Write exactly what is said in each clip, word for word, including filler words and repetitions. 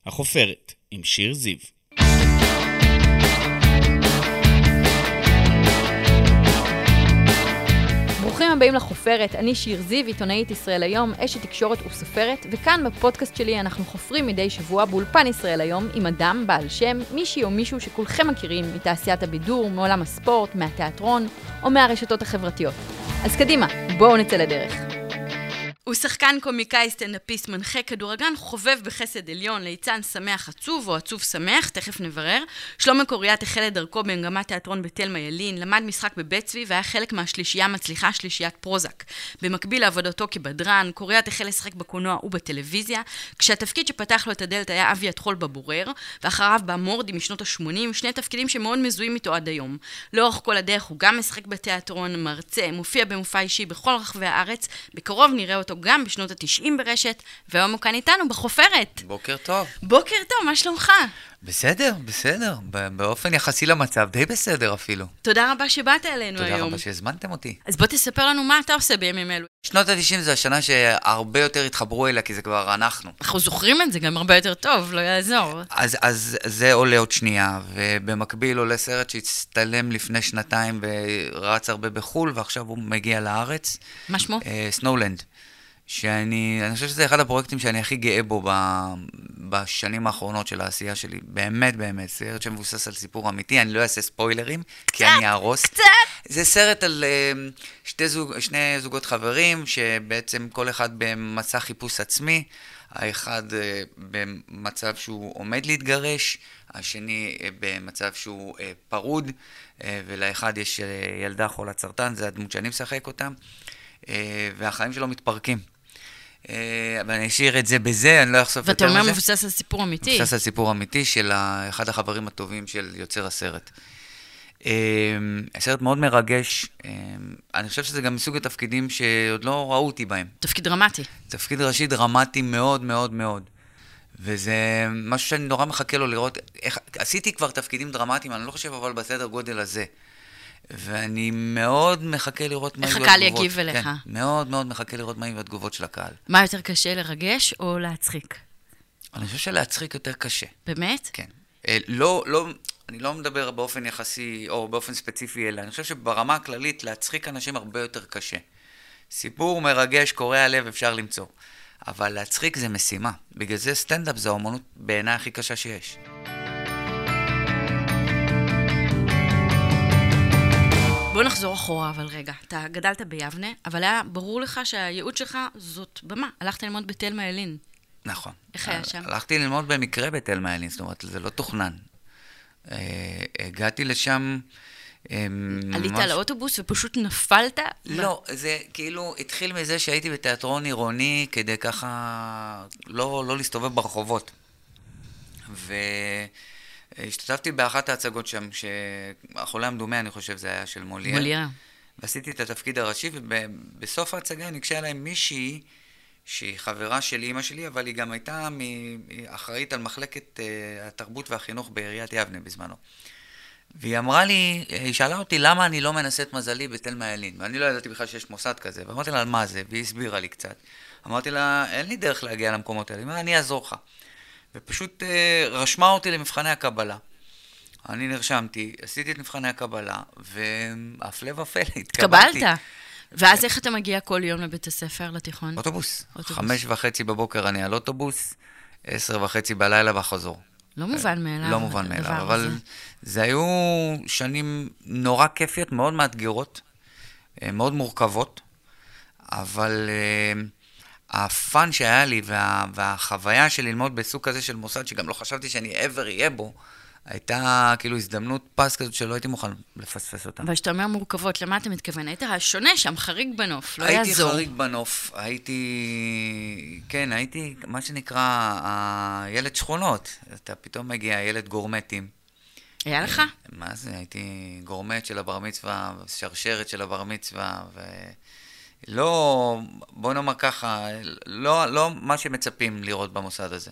החופרת, עם שיר זיו. ברוכים הבאים לחופרת, אני שיר זיו, עיתונאית ישראל היום, אשת תקשורת וסופרת, וכאן בפודקאסט שלי אנחנו חופרים מדי שבוע באולפן ישראל היום עם אדם, בעל שם, מישהי או מישהו שכולכם מכירים מתעשיית הבידור, מעולם הספורט, מהתיאטרון או מהרשתות החברתיות. אז קדימה, בואו נצא לדרך. הוא שחקן, קומיקאי, סטנדאפיסט, מנחה, כדורגלן, חובב בחסד עליון, ליצן שמח עצוב או עצוב שמח, תכף נברר. שלמה קוריאט החל את דרכו במגמת תיאטרון בתלמה ילין, למד משחק בבית צבי והיה חלק מהשלישייה מצליחה, שלישיית פרוזק. במקביל לעבודתו כבדרן, קוריאט החל לשחק בקולנוע ובטלוויזיה, כשהתפקיד שפתח לו את הדלת היה אבי הטחול בבורר, ואחריו בא מורדי משנות ה-שמונים, שני תפקידים שמאוד מזוהים איתו עד היום. לאורך כל הדרך הוא גם משחק בתיאטרון, מרצה, מופיע במופע אישי בכל רחבי הארץ. בקרוב נראה אותו גם בשנות ה-תשעים ברשת, והיום הוא כאן איתנו בחופרת. בוקר טוב. בוקר טוב, מה שלומך? בסדר, בסדר. באופן יחסי למצב, די בסדר אפילו. תודה רבה שבאת אלינו תודה היום. תודה רבה שהזמנתם אותי. אז בוא תספר לנו מה אתה עושה בימים אלו. שנות ה-תשעים זה השנה שהרבה יותר התחברו אליה, כי זה כבר אנחנו. אנחנו זוכרים את זה גם הרבה יותר טוב, לא יעזור. אז, אז זה עולה עוד שנייה, ובמקביל עולה סרט שהצטלם לפני שנתיים ורץ הרבה בחול, ועכשיו הוא מגיע לארץ. מה שמו? סנואולנד. שאני, אני חושב שזה אחד הפרויקטים שאני הכי גאה בו בשנים האחרונות של העשייה שלי. באמת, באמת. סרט שמבוסס על סיפור אמיתי. אני לא אעשה ספוילרים, כי אני ארוס. קצת. זה סרט על שתי זוג, שני זוגות חברים, שבעצם כל אחד במסע חיפוש עצמי. האחד במצב שהוא עומד להתגרש, השני במצב שהוא פרוד, ולאחד יש ילדה חולת סרטן, זה הדמות שאני משחק אותם, והחיים שלו מתפרקים. אבל אני אשאיר את זה בזה, אני לא אחשוף יותר מזה. ואתה אומר מבוסס על סיפור אמיתי. מבוסס על סיפור אמיתי של אחד החברים הטובים של יוצר הסרט. הסרט מאוד מרגש, אני חושב שזה גם מסוג התפקידים שעוד לא ראו אותי בהם. תפקיד דרמטי. תפקיד ראשי דרמטי מאוד מאוד מאוד. וזה משהו שאני נורא מחכה לו לראות. איך, עשיתי כבר תפקידים דרמטיים, אני לא חושב אבל בסדר גודל הזה. ואני מאוד מחכה לראות מה יהיו התגובות. איך הקהל יגיב אליך? כן, מאוד מאוד מחכה לראות מה יהיו התגובות של הקהל. מה יותר קשה, לרגש או להצחיק? אני חושב שלהצחיק יותר קשה. באמת? כן. לא, לא, אני לא מדבר באופן יחסי או באופן ספציפי, אלא אני חושב שברמה הכללית להצחיק אנשים הרבה יותר קשה. סיפור מרגש, קורע לב, אפשר למצוא. אבל להצחיק זה משימה. בגלל זה סטנדאפ זה האמנות בעיניי הכי קשה שיש. בוא נחזור אחורה, אבל רגע. אתה גדלת ביבנה, אבל היה ברור לך שהייעוד שלך זאת במה. הלכת ללמוד בתלמה ילין. נכון. איך היה שם? הלכתי ללמוד במקרה בתלמה ילין, זאת אומרת, זה לא תוכנן. הגעתי לשם... עלית על האוטובוס ופשוט נפלת? לא, זה כאילו התחיל מזה שהייתי בתיאטרון עירוני כדי ככה לא, לא להסתובב ברחובות. והשתתפתי באחת ההצגות שם, שהחולה המדומה, אני חושב, זה היה של מולייר. מולייר. ועשיתי את התפקיד הראשי, ובסוף ההצגה ניגשה אליי מישהי שהיא חברה של אמא שלי, אבל היא גם הייתה אחראית על מחלקת התרבות והחינוך בעיריית יבנה בזמנו. והיא אמרה לי, היא שאלה אותי למה אני לא מנסה את מזלי בתלמה ילין, ואני לא ידעתי בכלל שיש מוסד כזה, ואמרתי לה על מה זה, והיא הסבירה לי קצת. אמרתי לה, אין לי דרך להגיע למקומות האלה, היא אמרה, אני אעזור לך. ופשוט אה, רשמה אותי למבחני הקבלה. אני נרשמתי, עשיתי את מבחני הקבלה, והפלא ופלא, התקבלתי. התקבלת? ואז איך אתה מגיע כל יום לבית הספר, לתיכון? אוטובוס. אוטובוס. חמש וחצי בבוקר אני על אוטובוס, עשר וחצי בלילה בחזור. לא מובן מאליו. לא מובן מאליו, אבל זה היו שנים נורא כיפיות, מאוד מאתגרות, מאוד מורכבות, אבל הפן שהיה לי וה, והחוויה של ללמוד בסוג כזה של מוסד, שגם לא חשבתי שאני ever יהיה בו, הייתה כאילו הזדמנות פס כזאת שלא הייתי מוכן לפספס אותה. אבל שאתה אומר מורכבות, למה אתה מתכוון? היית השונה שם, חריג בנוף, לא הייתי יעזור. חריג בנוף, הייתי, כן, הייתי מה שנקרא הילד שכונות. אתה פתאום מגיע, ילד גורמטים. היה לך? מה זה? הייתי גורמט של הבר מצווה, שרשרת של הבר מצווה, ולא, בוא נאמר ככה, לא, לא מה שמצפים לראות במוסד הזה.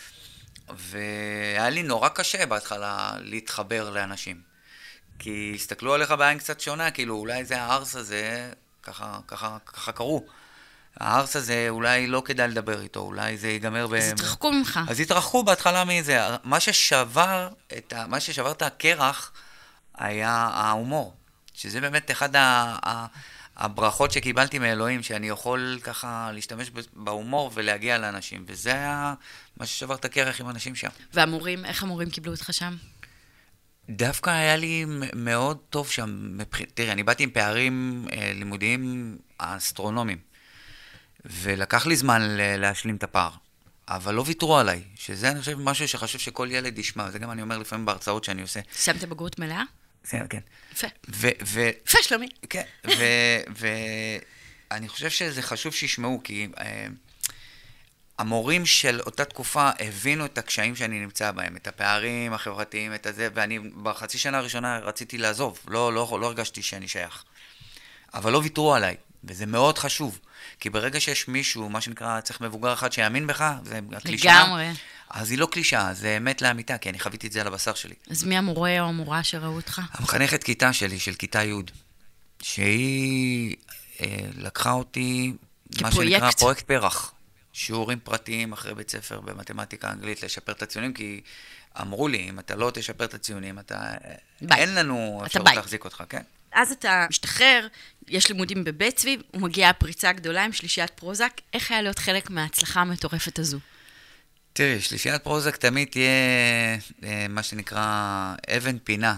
והיה לי נורא קשה בהתחלה להתחבר לאנשים. כי הסתכלו עליך בעין קצת שונה, כאילו אולי זה הארס הזה, ככה, ככה, ככה קראו. הארס הזה אולי לא כדאי לדבר איתו, אולי זה ייגמר ב... אז התרחקו ממך. אז התרחקו בהתחלה מזה. מה ששבר את ה... מה ששבר את הקרח היה ההומור. שזה באמת אחד ה... ה... הברכות שקיבלתי מאלוהים, שאני יכול ככה להשתמש בהומור ולהגיע לאנשים. וזה היה מה ששבר את הקרח עם אנשים שם. והמורים, איך המורים קיבלו אותך שם? דווקא היה לי מאוד טוב שם. תראי, אני באתי עם פערים אה, לימודיים אסטרונומיים. ולקח לי זמן להשלים את הפער. אבל לא ויתרו עליי, שזה אני חושב משהו שחשוב שכל ילד ישמע. זה גם אני אומר לפעמים בהרצאות שאני עושה. שמת בגרות מלאה? זה, כן. יפה. ו... ו... יפה, שלומי. כן, ו... ואני חושב שזה חשוב שישמעו, כי אה, המורים של אותה תקופה הבינו את הקשיים שאני נמצא בהם, את הפערים החברתיים, את הזה, ואני בחצי שנה הראשונה רציתי לעזוב, לא, לא, לא הרגשתי שאני שייך. אבל לא ויתרו עליי, וזה מאוד חשוב. כי ברגע שיש מישהו, מה שנקרא, צריך מבוגר אחד שיאמין בך, זה הקלישה. לגמרי. אז היא לא קלישה, זה אמת לאמיתה, כי אני חוויתי את זה על הבשר שלי. אז מי המורה או המורה שראו אותך? המחנכת כיתה שלי, של כיתה י', שהיא אה, לקחה אותי, מה שנקרא פרויקט פרח. שיעורים פרטיים אחרי בית ספר במתמטיקה אנגלית, לשפר את הציונים, כי אמרו לי, אם אתה לא תשפר את הציונים, אתה... ביי. אין לנו אפשרות להחזיק אותך, כן? אז אתה משתחרר, יש לימודים בבית צבי, ומגיעה הפריצה הגדולה עם שלישיית פרוזק. איך היה להיות חלק מההצלחה המטורפת הזו? תראי, שלישיית פרוזק תמיד תהיה מה שנקרא אבן פינה,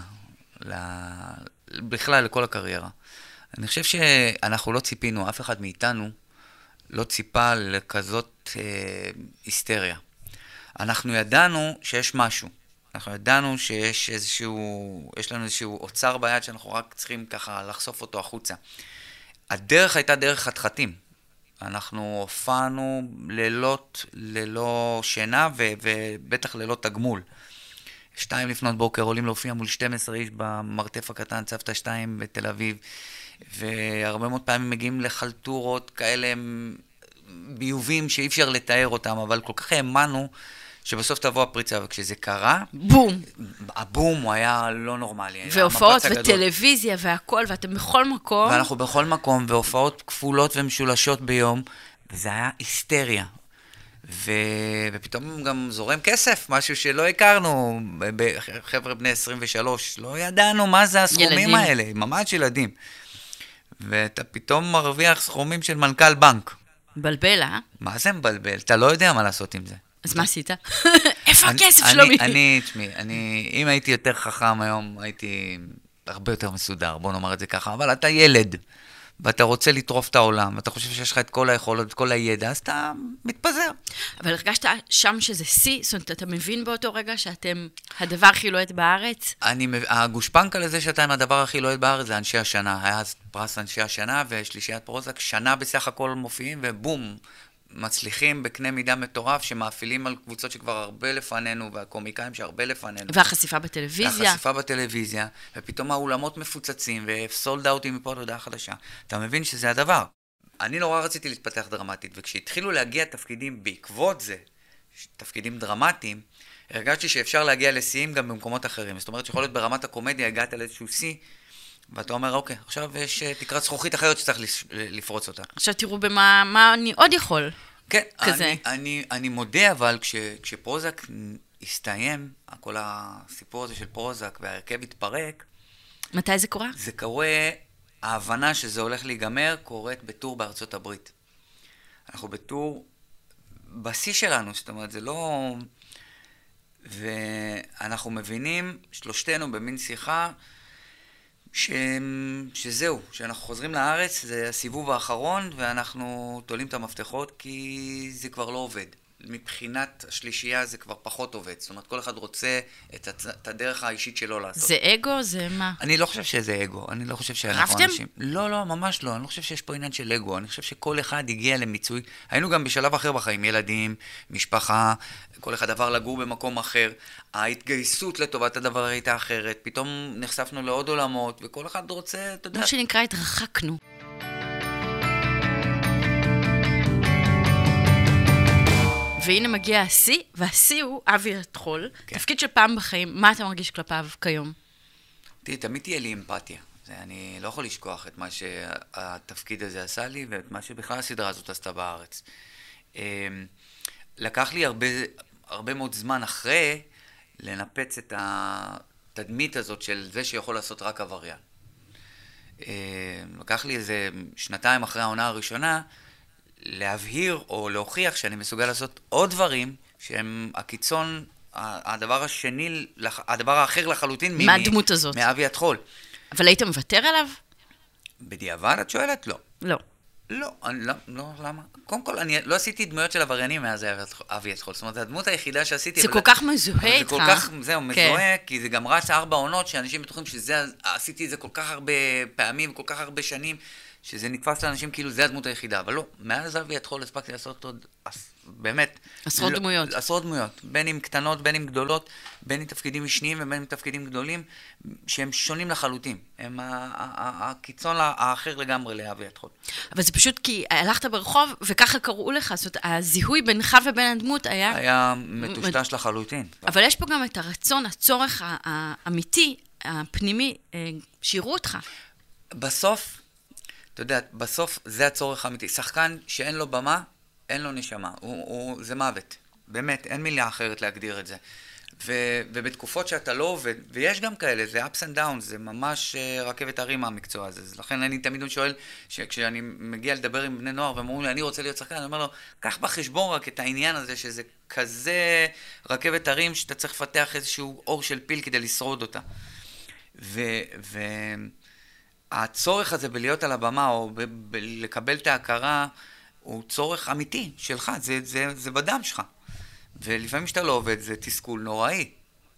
בכלל לכל הקריירה. אני חושב שאנחנו לא ציפינו, אף אחד מאיתנו לא ציפה לכזאת אה, היסטריה. אנחנו ידענו שיש משהו. אנחנו ידענו שיש איזשהו, יש לנו איזשהו אוצר ביד שאנחנו רק צריכים ככה לחשוף אותו החוצה. הדרך הייתה דרך חתחתים. אנחנו הופענו לילות ללא שינה ו- ובטח ללא תגמול. שתיים לפנות בוקר עולים להופיע מול שתים עשרה איש במרתף הקטן, צוותא שתיים בתל אביב, והרבה מאוד פעמים מגיעים לחלטורות כאלה ביובים שאי אפשר לתאר אותם, אבל כל כך האמנו שבסוף תבוא הפריצה, וכשזה קרה, בום. הבום הוא היה לא נורמלי. והופעות וטלוויזיה והכל, ואתם בכל מקום. ואנחנו בכל מקום, והופעות כפולות ומשולשות ביום, וזה היה היסטריה. ו... ופתאום גם זורם כסף, משהו שלא הכרנו, חבר'ה בני עשרים ושלוש, לא ידענו מה זה הסכומים ילדים. האלה, ממש ילדים. ואתה פתאום מרוויח סכומים של מנכ"ל בנק. מבלבל, אה? מה זה מבלבל? אתה לא יודע מה לעשות עם זה. אז מה עשית? איפה הכסף שלומי? אני, תשמעי, אני, אם הייתי יותר חכם היום, הייתי הרבה יותר מסודר, בוא נאמר את זה ככה, אבל אתה ילד, ואתה רוצה לטרוף את העולם, ואתה חושב שיש לך את כל היכולות, את כל הידע, אז אתה מתפזר. אבל הרגשת שם שזה סי, זאת אומרת, אתה מבין באותו רגע שאתם הדבר הכי לוהט בארץ? אני, הגושפנקה לזה שאתם הדבר הכי לוהט בארץ זה אנשי השנה, היה אז פרס אנשי השנה, ושלישיית פרוזק, שנה בסך הכל מופיעים, ובום, מצליחים בקנה מידה מטורף, שמאפילים על קבוצות שכבר הרבה לפנינו, והקומיקאים שהרבה לפנינו. והחשיפה בטלוויזיה. והחשיפה בטלוויזיה, ופתאום האולמות מפוצצים, וסולד אאוטים מפה להודעה חדשה. אתה מבין שזה הדבר. אני נורא רציתי להתפתח דרמטית, וכשהתחילו להגיע תפקידים בעקבות זה, תפקידים דרמטיים, הרגשתי שאפשר להגיע לשיאים גם במקומות אחרים. זאת אומרת, שיכול להיות ברמת הקומדיה, הגעת לאיזשהו שיא, ואתה אומר, אוקיי, עכשיו יש תקרת זכוכית אחרת שצריך לפרוץ אותה. עכשיו תראו במה מה אני עוד יכול. כן, אני, אני, אני מודה, אבל כש, כשפרוזק הסתיים, כל הסיפור הזה של פרוזק והרכב התפרק, מתי זה קורה? זה קורה, ההבנה שזה הולך להיגמר, קורית בטור בארצות הברית. אנחנו בטור בשיא שלנו, זאת אומרת, זה לא... ואנחנו מבינים, שלושתנו במין שיחה, ש... שזהו, שאנחנו חוזרים לארץ, זה הסיבוב האחרון, ואנחנו תולים את המפתחות, כי זה כבר לא עובד. מבחינת השלישייה זה כבר פחות עובד. זאת אומרת, כל אחד רוצה את, הצ... את הדרך האישית שלו לעשות. זה אגו? זה מה? אני לא חושב שזה אגו. אני לא חושב שאנחנו רבתם? אנשים... לא, לא, ממש לא. אני לא חושב שיש פה עניין של אגו. אני חושב שכל אחד הגיע למיצוי. היינו גם בשלב אחר בחיים, ילדים, משפחה, כל אחד עבר לגור במקום אחר. ההתגייסות לטובת הדבר הייתה אחרת. פתאום נחשפנו לעוד עולמות, וכל אחד רוצה, אתה יודע... מה שנקרא, התרחקנו. והנה מגיע השיא, והשיא הוא אבי הטחול. כן. תפקיד של פעם בחיים, מה אתה מרגיש כלפיו כיום? תראי, תמיד תהיה לי אמפתיה. זה, אני לא יכול לשכוח את מה שהתפקיד הזה עשה לי, ואת מה שבכלל הסדרה הזאת עשתה בארץ. לקח לי הרבה, הרבה מאוד זמן אחרי לנפץ את התדמית הזאת של זה שיכול לעשות רק עבריין. לקח לי איזה שנתיים אחרי העונה הראשונה להבהיר או להוכיח שאני מסוגל לעשות עוד דברים שהם הקיצון, הדבר השני, הדבר האחר לחלוטין מה הדמות הזאת? מאבי התחול. אבל היית מוותר עליו? בדיעבד את שואלת? לא. לא. לא, אני, לא, לא, למה? קודם כל, אני לא עשיתי דמויות של עבריינים מאז אבי התחול. זאת אומרת, הדמות היחידה שעשיתי... זה כל כך מזוהה איתך. זה כל כך, זהו, מזוהה, כי זה גם רץ ארבע עונות, שאנשים בטוחים שזה, עשיתי את זה כל כך הרבה פעמים, כל כך הרבה שנים, שזה נתפס לאנשים כאילו זה הדמות היחידה. אבל לא, מאז אבי התחול הספקתי לעשות עוד, באמת... עשרות דמויות. עשרות דמויות, בין אם קטנות, בין אם גדולות, בין אם תפקידים משניים ובין אם תפקידים גדולים, שהם שונים לחלוטין. הם הקיצון האחר לגמרי לאבי התחול. אבל זה פשוט כי הלכת ברחוב וככה קראו לך, זאת אומרת, הזיהוי בינך ובין הדמות היה... היה מטושטש לחלוטין. אבל יש פה גם את הרצון, הצורך האמיתי, הפנימי, שיראו אותך. בסוף, אתה יודע, בסוף זה הצורך האמיתי. שחקן שאין לו במה, אין לו נשמה. הוא, הוא, זה מוות. באמת, אין מילה אחרת להגדיר את זה. ו, ובתקופות שאתה לא עובד, ויש גם כאלה, זה ups and downs, זה ממש uh, רכבת הרים המקצוע הזה. לכן אני תמיד שואל, שכשאני מגיע לדבר עם בני נוער, והם אומרים לי, אני רוצה להיות שחקן, אני אומר לו, קח בחשבון רק את העניין הזה, שזה כזה רכבת הרים, שאתה צריך לפתח איזשהו אור של פיל כדי לשרוד אותה. ו... ו... הצורך הזה בלהיות על הבמה, או ב- ב- לקבל את ההכרה, הוא צורך אמיתי שלך, זה, זה, זה בדם שלך. ולפעמים שאתה לא עובד, זה תסכול נוראי.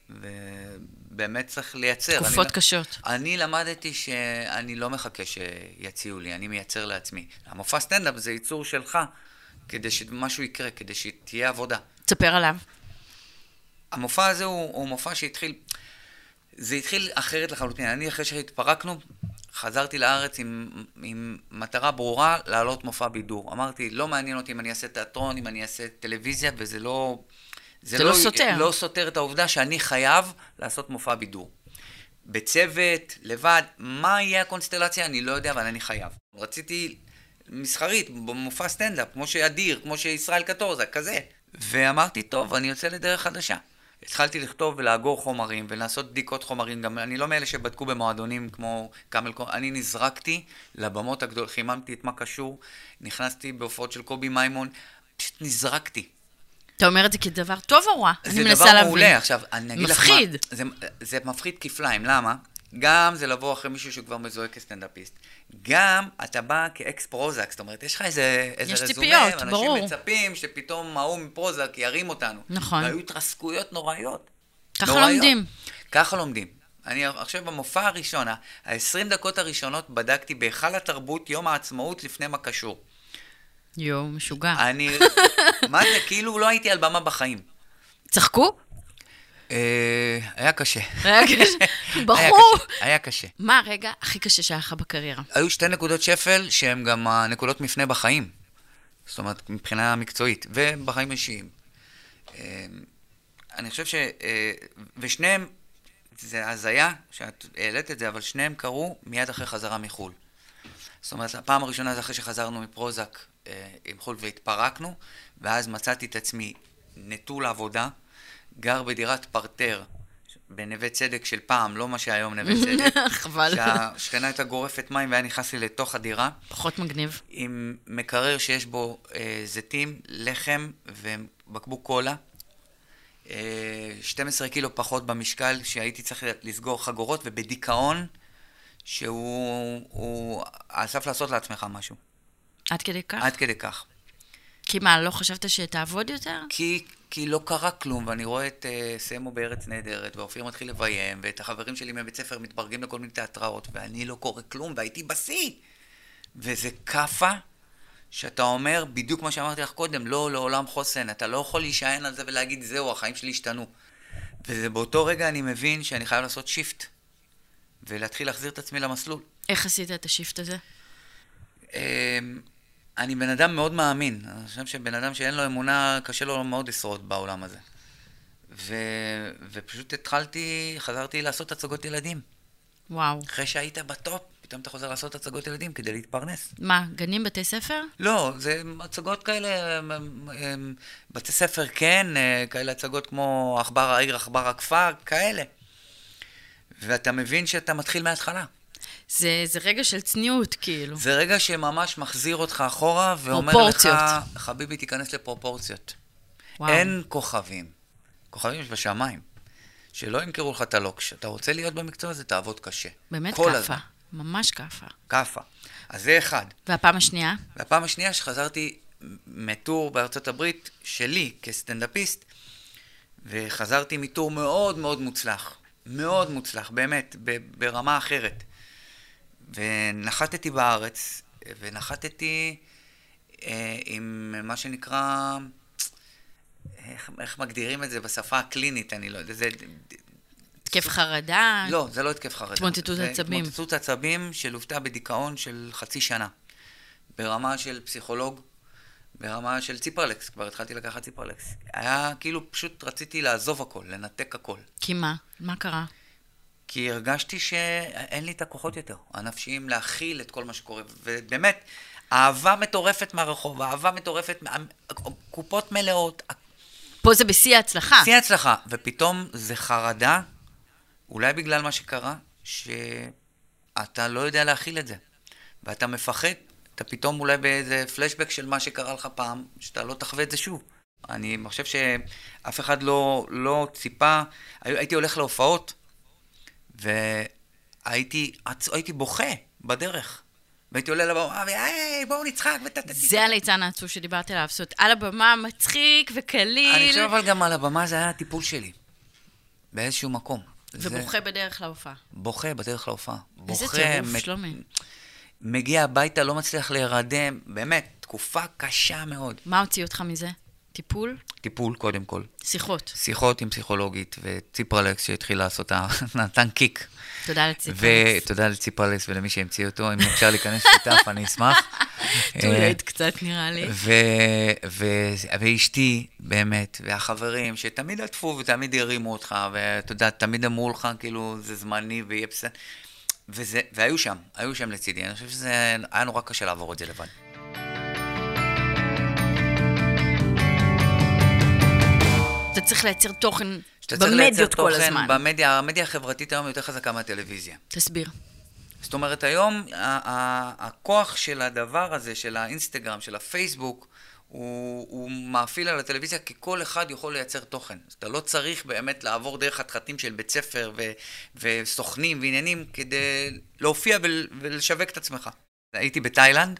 ובאמת צריך לייצר. תקופות אני, קשות. אני למדתי שאני לא מחכה שיציעו לי, אני מייצר לעצמי. המופע סטנדאפ זה ייצור שלך, כדי שמשהו יקרה, כדי שתהיה עבודה. תספר עליו. המופע הזה הוא, הוא מופע שהתחיל, זה התחיל אחרת לחלוטין. אני אחרי שהתפרקנו, חזרתי לארץ עם, עם מטרה ברורה לעלות מופע בידור. אמרתי, לא מעניין אותי אם אני אעשה תיאטרון, אם אני אעשה טלוויזיה, וזה לא... זה, זה לא, לא סותר. לא סותר את העובדה שאני חייב לעשות מופע בידור. בצוות, לבד, מה יהיה הקונסטלציה? אני לא יודע, אבל אני חייב. רציתי מסחרית, במופע סטנדאפ, כמו שאדיר, כמו שישראל קטורזה, כזה. ואמרתי, טוב, אני יוצא לדרך חדשה. התחלתי לכתוב ולאגור חומרים ולעשות בדיקות חומרים. גם אני לא מאלה שבדקו במועדונים כמו קאמל, אני נזרקתי לבמות הגדולות, חיממתי את מה קשור, נכנסתי בהופעות של קובי מימון, פשוט נזרקתי. אתה אומר את זה כדבר טוב או רע? זה דבר מעולה. עכשיו, אני אגיד לך מה, מפחיד. זה, זה מפחיד כפליים. למה? גם זה לבוא אחרי מישהו שכבר מזוהה כסטנדאפיסט. גם אתה בא כאקס פרוזק, זאת אומרת, יש לך איזה, איזה יש רזומה, ציפיות, אנשים ברור. מצפים שפתאום ההוא מפרוזק ירים אותנו. נכון. והיו התרסקויות נוראיות. ככה נוראיות. לומדים. ככה לומדים. אני עכשיו במופע הראשון, ה-עשרים דקות הראשונות בדקתי בהיכל התרבות יום העצמאות לפני מה קשור. יו, משוגע. אני, מה זה, כאילו לא הייתי על במה בחיים. צחקו? היה קשה. היה קשה. בחור. היה קשה. מה הרגע הכי קשה שהיה לך בקריירה? היו שתי נקודות שפל שהן גם הנקודות מפנה בחיים. זאת אומרת, מבחינה מקצועית, ובחיים אישיים. אני חושב ש... ושניהם, זה הזיה שאת העלית את זה, אבל שניהם קרו מיד אחרי חזרה מחול. זאת אומרת, הפעם הראשונה זה אחרי שחזרנו מפרוזק עם חול והתפרקנו, ואז מצאתי את עצמי נטול עבודה, גר בדירת פרטר בנווה צדק של פעם, לא מה שהיום נווה צדק. חבל. שהשכנה הייתה גורפת מים והיה נכנס לי לתוך הדירה. פחות מגניב. עם מקרר שיש בו אה, זיתים, לחם ובקבוק קולה. אה, שנים עשר קילו פחות במשקל, שהייתי צריך לסגור חגורות, ובדיכאון שהוא הוא, אסף לעשות לעצמך משהו. עד כדי כך? עד כדי כך. כי מה, לא חשבת שתעבוד יותר? כי, כי לא קרה כלום, ואני רואה את uh, סמו בארץ נהדרת, ואופיר מתחיל לביים, ואת החברים שלי מבית ספר מתברגים לכל מיני תיאטראות, ואני לא קורא כלום, והייתי בשיא. וזה קפה שאתה אומר, בדיוק מה שאמרתי לך קודם, לא לעולם חוסן, אתה לא יכול להישען על זה ולהגיד, זהו, החיים שלי השתנו. ובאותו רגע אני מבין שאני חייב לעשות שיפט, ולהתחיל להחזיר את עצמי למסלול. איך עשית את השיפט הזה? אני בן אדם מאוד מאמין. אני חושב שבן אדם שאין לו אמונה, קשה לו מאוד לשרוד בעולם הזה. ו... ופשוט התחלתי, חזרתי לעשות הצגות ילדים. וואו. אחרי שהיית בטופ, פתאום אתה חוזר לעשות הצגות ילדים כדי להתפרנס. מה, גנים, בתי ספר? לא, זה הצגות כאלה, הם, הם, הם, בתי ספר כן, כאלה הצגות כמו עכבר העיר, עכבר הכפר, כאלה. ואתה מבין שאתה מתחיל מההתחלה. זה, זה רגע של צניעות, כאילו. זה רגע שממש מחזיר אותך אחורה, ואומר לך, חביבי, תיכנס לפרופורציות. וואו. אין כוכבים. כוכבים יש בשמיים. שלא ימכרו לך את הלוקש. אתה רוצה להיות במקצוע הזה, תעבוד קשה. באמת קפה. הזמן. ממש קפה. קפה. אז זה אחד. והפעם השנייה? והפעם השנייה שחזרתי מטור בארצות הברית שלי כסטנדאפיסט, וחזרתי מטור מאוד מאוד מוצלח. מאוד מוצלח, באמת, ברמה אחרת. ונחתתי בארץ, ונחתתי אה, עם מה שנקרא, איך, איך מגדירים את זה בשפה הקלינית, אני לא יודע, זה... התקף חרדה? לא, זה לא התקף חרדה. התמוטטות עצבים. התמוטטות עצבים שלוותה בדיכאון של חצי שנה. ברמה של פסיכולוג, ברמה של ציפרלקס, כבר התחלתי לקחת ציפרלקס. היה כאילו פשוט רציתי לעזוב הכל, לנתק הכל. כי מה? מה קרה? כי הרגשתי שאין לי את הכוחות יותר, הנפשיים להכיל את כל מה שקורה. ובאמת, אהבה מטורפת מהרחוב, אהבה מטורפת, קופות מלאות. פה זה בשיא ההצלחה. בשיא ההצלחה, ופתאום זה חרדה, אולי בגלל מה שקרה, שאתה לא יודע להכיל את זה. ואתה מפחד, אתה פתאום אולי באיזה פלשבק של מה שקרה לך פעם, שאתה לא תחווה את זה שוב. אני חושב שאף אחד לא, לא ציפה, הייתי הולך להופעות, והייתי הייתי בוכה בדרך. והייתי עולה לבמה, והי, בואו נצחק ותתתי. זה הליצן העצוב שדיברתי עליו. זאת על הבמה מצחיק וקליל. אני חושב אבל גם על הבמה זה היה הטיפול שלי. באיזשהו מקום. ובוכה בדרך להופעה. בוכה בדרך להופעה. איזה טירוף, שלומי. מגיע הביתה, לא מצליח להירדם. באמת, תקופה קשה מאוד. מה הוציא אותך מזה? טיפול? טיפול, קודם כל. שיחות. שיחות עם פסיכולוגית, וציפרלקס שהתחיל לעשות, נתן קיק. תודה לציפרלקס. ותודה לציפרלקס ולמי שהמציא אותו. אם אפשר להיכנס שותף, אני אשמח. תולד קצת נראה לי. ואשתי, באמת, והחברים שתמיד עטפו ותמיד הרימו אותך, ואתה יודע, תמיד אמרו לך, כאילו, זה זמני ויהיה בסדר. והיו שם, היו שם לצידי. אני חושב שזה היה נורא קשה לעבור את זה לבד. אתה צריך לייצר תוכן במדיות כל הזמן. במדיה, המדיה החברתית היום יותר חזקה מהטלוויזיה. תסביר. זאת אומרת, היום הכוח של הדבר הזה, של האינסטגרם, של הפייסבוק, הוא, הוא מאפיל על הטלוויזיה, כי כל אחד יכול לייצר תוכן. אתה לא צריך באמת לעבור דרך התחתים של בית ספר ו, וסוכנים ועניינים כדי להופיע ולשווק את עצמך. הייתי בתאילנד,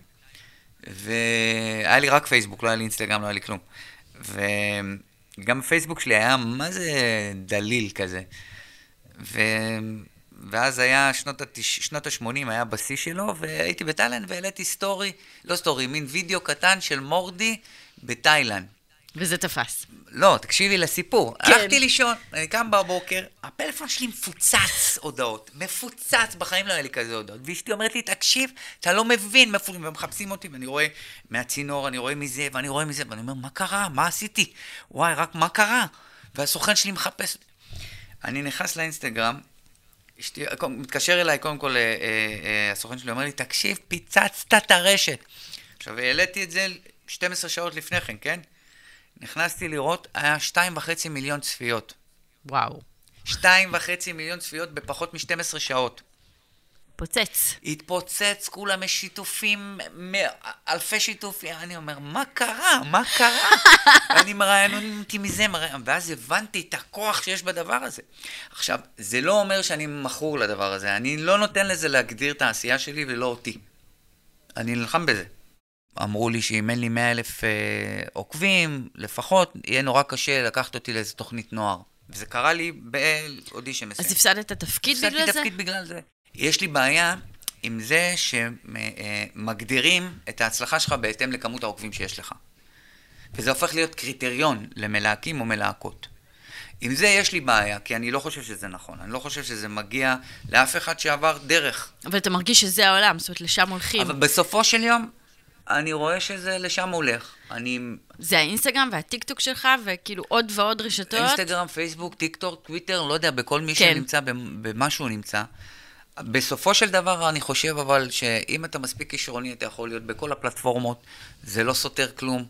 והיה לי רק פייסבוק, לא היה לי אינסטגרם, לא היה לי כלום. ו... גם הפייסבוק שלי היה מה זה דליל כזה. ו... ואז היה שנות, התש... שנות ה-שמונים, היה בשיא שלו, והייתי בתאילנד והעליתי סטורי, לא סטורי, מין וידאו קטן של מורדי בתאילנד. וזה תפס. לא, תקשיבי לסיפור. כן. הלכתי לישון, אני קם בבוקר, הפלאפון שלי מפוצץ הודעות, מפוצץ, בחיים לא היה לי כזה הודעות. ואשתי אומרת לי, תקשיב, אתה לא מבין, מפוצצים, ומחפשים אותי, ואני רואה מהצינור, אני רואה מזה, ואני רואה מזה, ואני אומר, מה קרה? מה עשיתי? וואי, רק מה קרה? והסוכן שלי מחפש. אני נכנס לאינסטגרם, אשתי, מתקשר אליי, קודם כל, אה, אה, הסוכן שלי אומר לי, תקשיב, פיצצת את הרשת. עכשיו, העליתי את זה שתים עשרה שעות לפני כן, כן? נכנסתי לראות, היה שתיים וחצי מיליון צפיות. וואו. שתיים וחצי מיליון צפיות בפחות מ-שתים עשרה שעות. פוצץ. התפוצץ, כולם יש שיתופים, אלפי שיתופים. אני אומר, מה קרה? מה קרה? ואני מראיין אותי מזה, מראיין. ואז הבנתי את הכוח שיש בדבר הזה. עכשיו, זה לא אומר שאני מכור לדבר הזה. אני לא נותן לזה להגדיר את העשייה שלי ולא אותי. אני נלחם בזה. אמרו לי שאם אין לי מאה אלף אה, עוקבים, לפחות, יהיה נורא קשה לקחת אותי לאיזו תוכנית נוער. וזה קרה לי באודישן מסוים. אז הפסדת את התפקיד בגלל זה? הפסדתי תפקיד בגלל זה. יש לי בעיה עם זה שמגדירים את ההצלחה שלך בהתאם לכמות העוקבים שיש לך. וזה הופך להיות קריטריון למלהקים או מלהקות. עם זה יש לי בעיה, כי אני לא חושב שזה נכון. אני לא חושב שזה מגיע לאף אחד שעבר דרך. אבל אתה מרגיש שזה העולם, זאת אומרת, לשם הולכים. אבל בסופו של יום, אני רואה שזה לשם הולך. אני... זה האינסטגרם והטיקטוק שלך, וכאילו עוד ועוד רשתות. אינסטגרם, פייסבוק, טיקטוק, טוויטר, לא יודע, בכל מי כן. שנמצא, במה שהוא נמצא. בסופו של דבר אני חושב אבל שאם אתה מספיק כישרוני, אתה יכול להיות בכל הפלטפורמות, זה לא סותר כלום.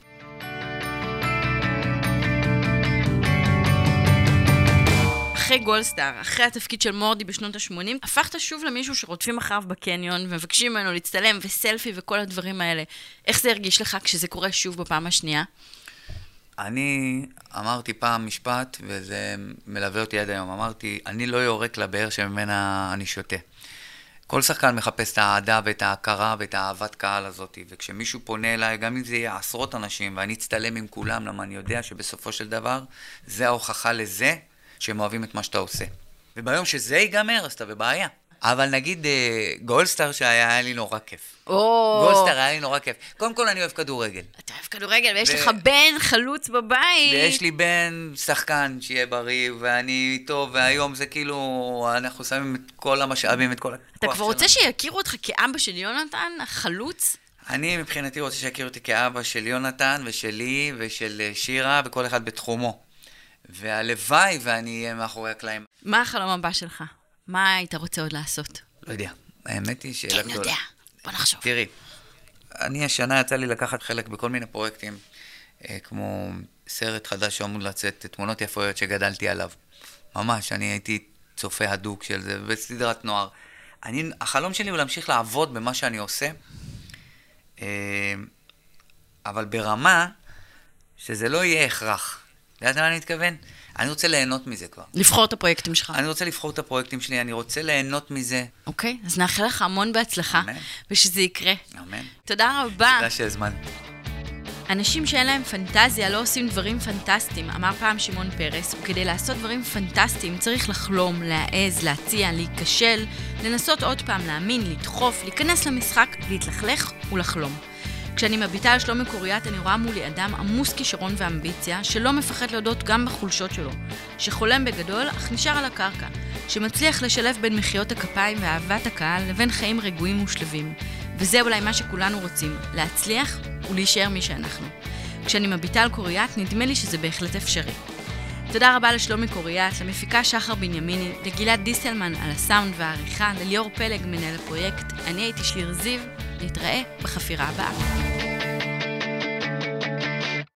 אחרי גולדסטאר, אחרי התפקיד של מורדי בשנות ה-שמונים, הפכת שוב למישהו שרודפים אחריו בקניון, ומבקשים ממנו להצטלם וסלפי וכל הדברים האלה. איך זה הרגיש לך כשזה קורה שוב בפעם השנייה? אני אמרתי פעם משפט, וזה מלווה אותי עד היום. אמרתי, אני לא יורק לבאר שממנה אני שותה. כל שחקן מחפש את האהדה ואת ההכרה ואת האהבת קהל הזאת, וכשמישהו פונה אליי, גם אם זה יהיה עשרות אנשים, ואני אצטלם עם כולם, למה אני יודע שבסופו של דבר, זה ההוכחה לזה, שהם אוהבים את מה שאתה עושה. וביום שזה ייגמר, אז אתה בבעיה. אבל נגיד גולדסטאר שהיה, היה לי נורא כיף. גולדסטאר היה לי נורא כיף. קודם כל אני אוהב כדורגל. אתה אוהב כדורגל, ויש לך בן חלוץ בבית. ויש לי בן שחקן שיהיה בריא, ואני איתו, והיום זה כאילו, אנחנו שמים את כל המשאבים, את כל הכוח שלנו. אתה כבר רוצה שיכירו אותך כאבא של יונתן, החלוץ? אני מבחינתי רוצה שיכירו אותי כאבא של יונתן, ושלי, ושל שירה, וכל אחד בתחומו. והלוואי ואני אהיה מאחורי הקלעים. מה החלום הבא שלך? מה היית רוצה עוד לעשות? לא יודע. האמת היא שאלה גדולה. כן, יודע. בוא נחשוב. תראי, אני השנה יצא לי לקחת חלק בכל מיני פרויקטים, כמו סרט חדש שעמוד לצאת, תמונות יפויות שגדלתי עליו. ממש, אני הייתי צופה הדוק של זה, בסדרת נוער. אני, החלום שלי הוא להמשיך לעבוד במה שאני עושה, אבל ברמה שזה לא יהיה הכרח. יודעת מה אני מתכוון? אני רוצה ליהנות מזה כבר. לבחור את הפרויקטים שלך. אני רוצה לבחור את הפרויקטים שלי, אני רוצה ליהנות מזה. אוקיי, אז נאחל לך המון בהצלחה. אמן. ושזה יקרה. אמן. תודה רבה. תודה שהזמנת. אנשים שאין להם פנטזיה לא עושים דברים פנטסטיים, אמר פעם שמעון פרס, וכדי לעשות דברים פנטסטיים צריך לחלום, להעז, להציע, להיכשל, לנסות עוד פעם, להאמין, לדחוף, להיכנס למשחק, להתלכלך ולחלום. כשאני מביטה על שלומי קוריאט, אני רואה מולי אדם עמוס כישרון ואמביציה, שלא מפחד להודות גם בחולשות שלו, שחולם בגדול, אך נשאר על הקרקע, שמצליח לשלב בין מחיאות הכפיים ואהבת הקהל לבין חיים רגועים ושלבים. וזה אולי מה שכולנו רוצים, להצליח ולהישאר מי שאנחנו. כשאני מביטה על קוריאט, נדמה לי שזה בהחלט אפשרי. תודה רבה לשלומי קוריאט, למפיקה שחר בנימיני, לגלעד דיסלמן על הסאונד והעריכה, לליאור פלג מנהל הפרויקט. אני הייתי שיר זיו, להתראה בחפירה הבאה.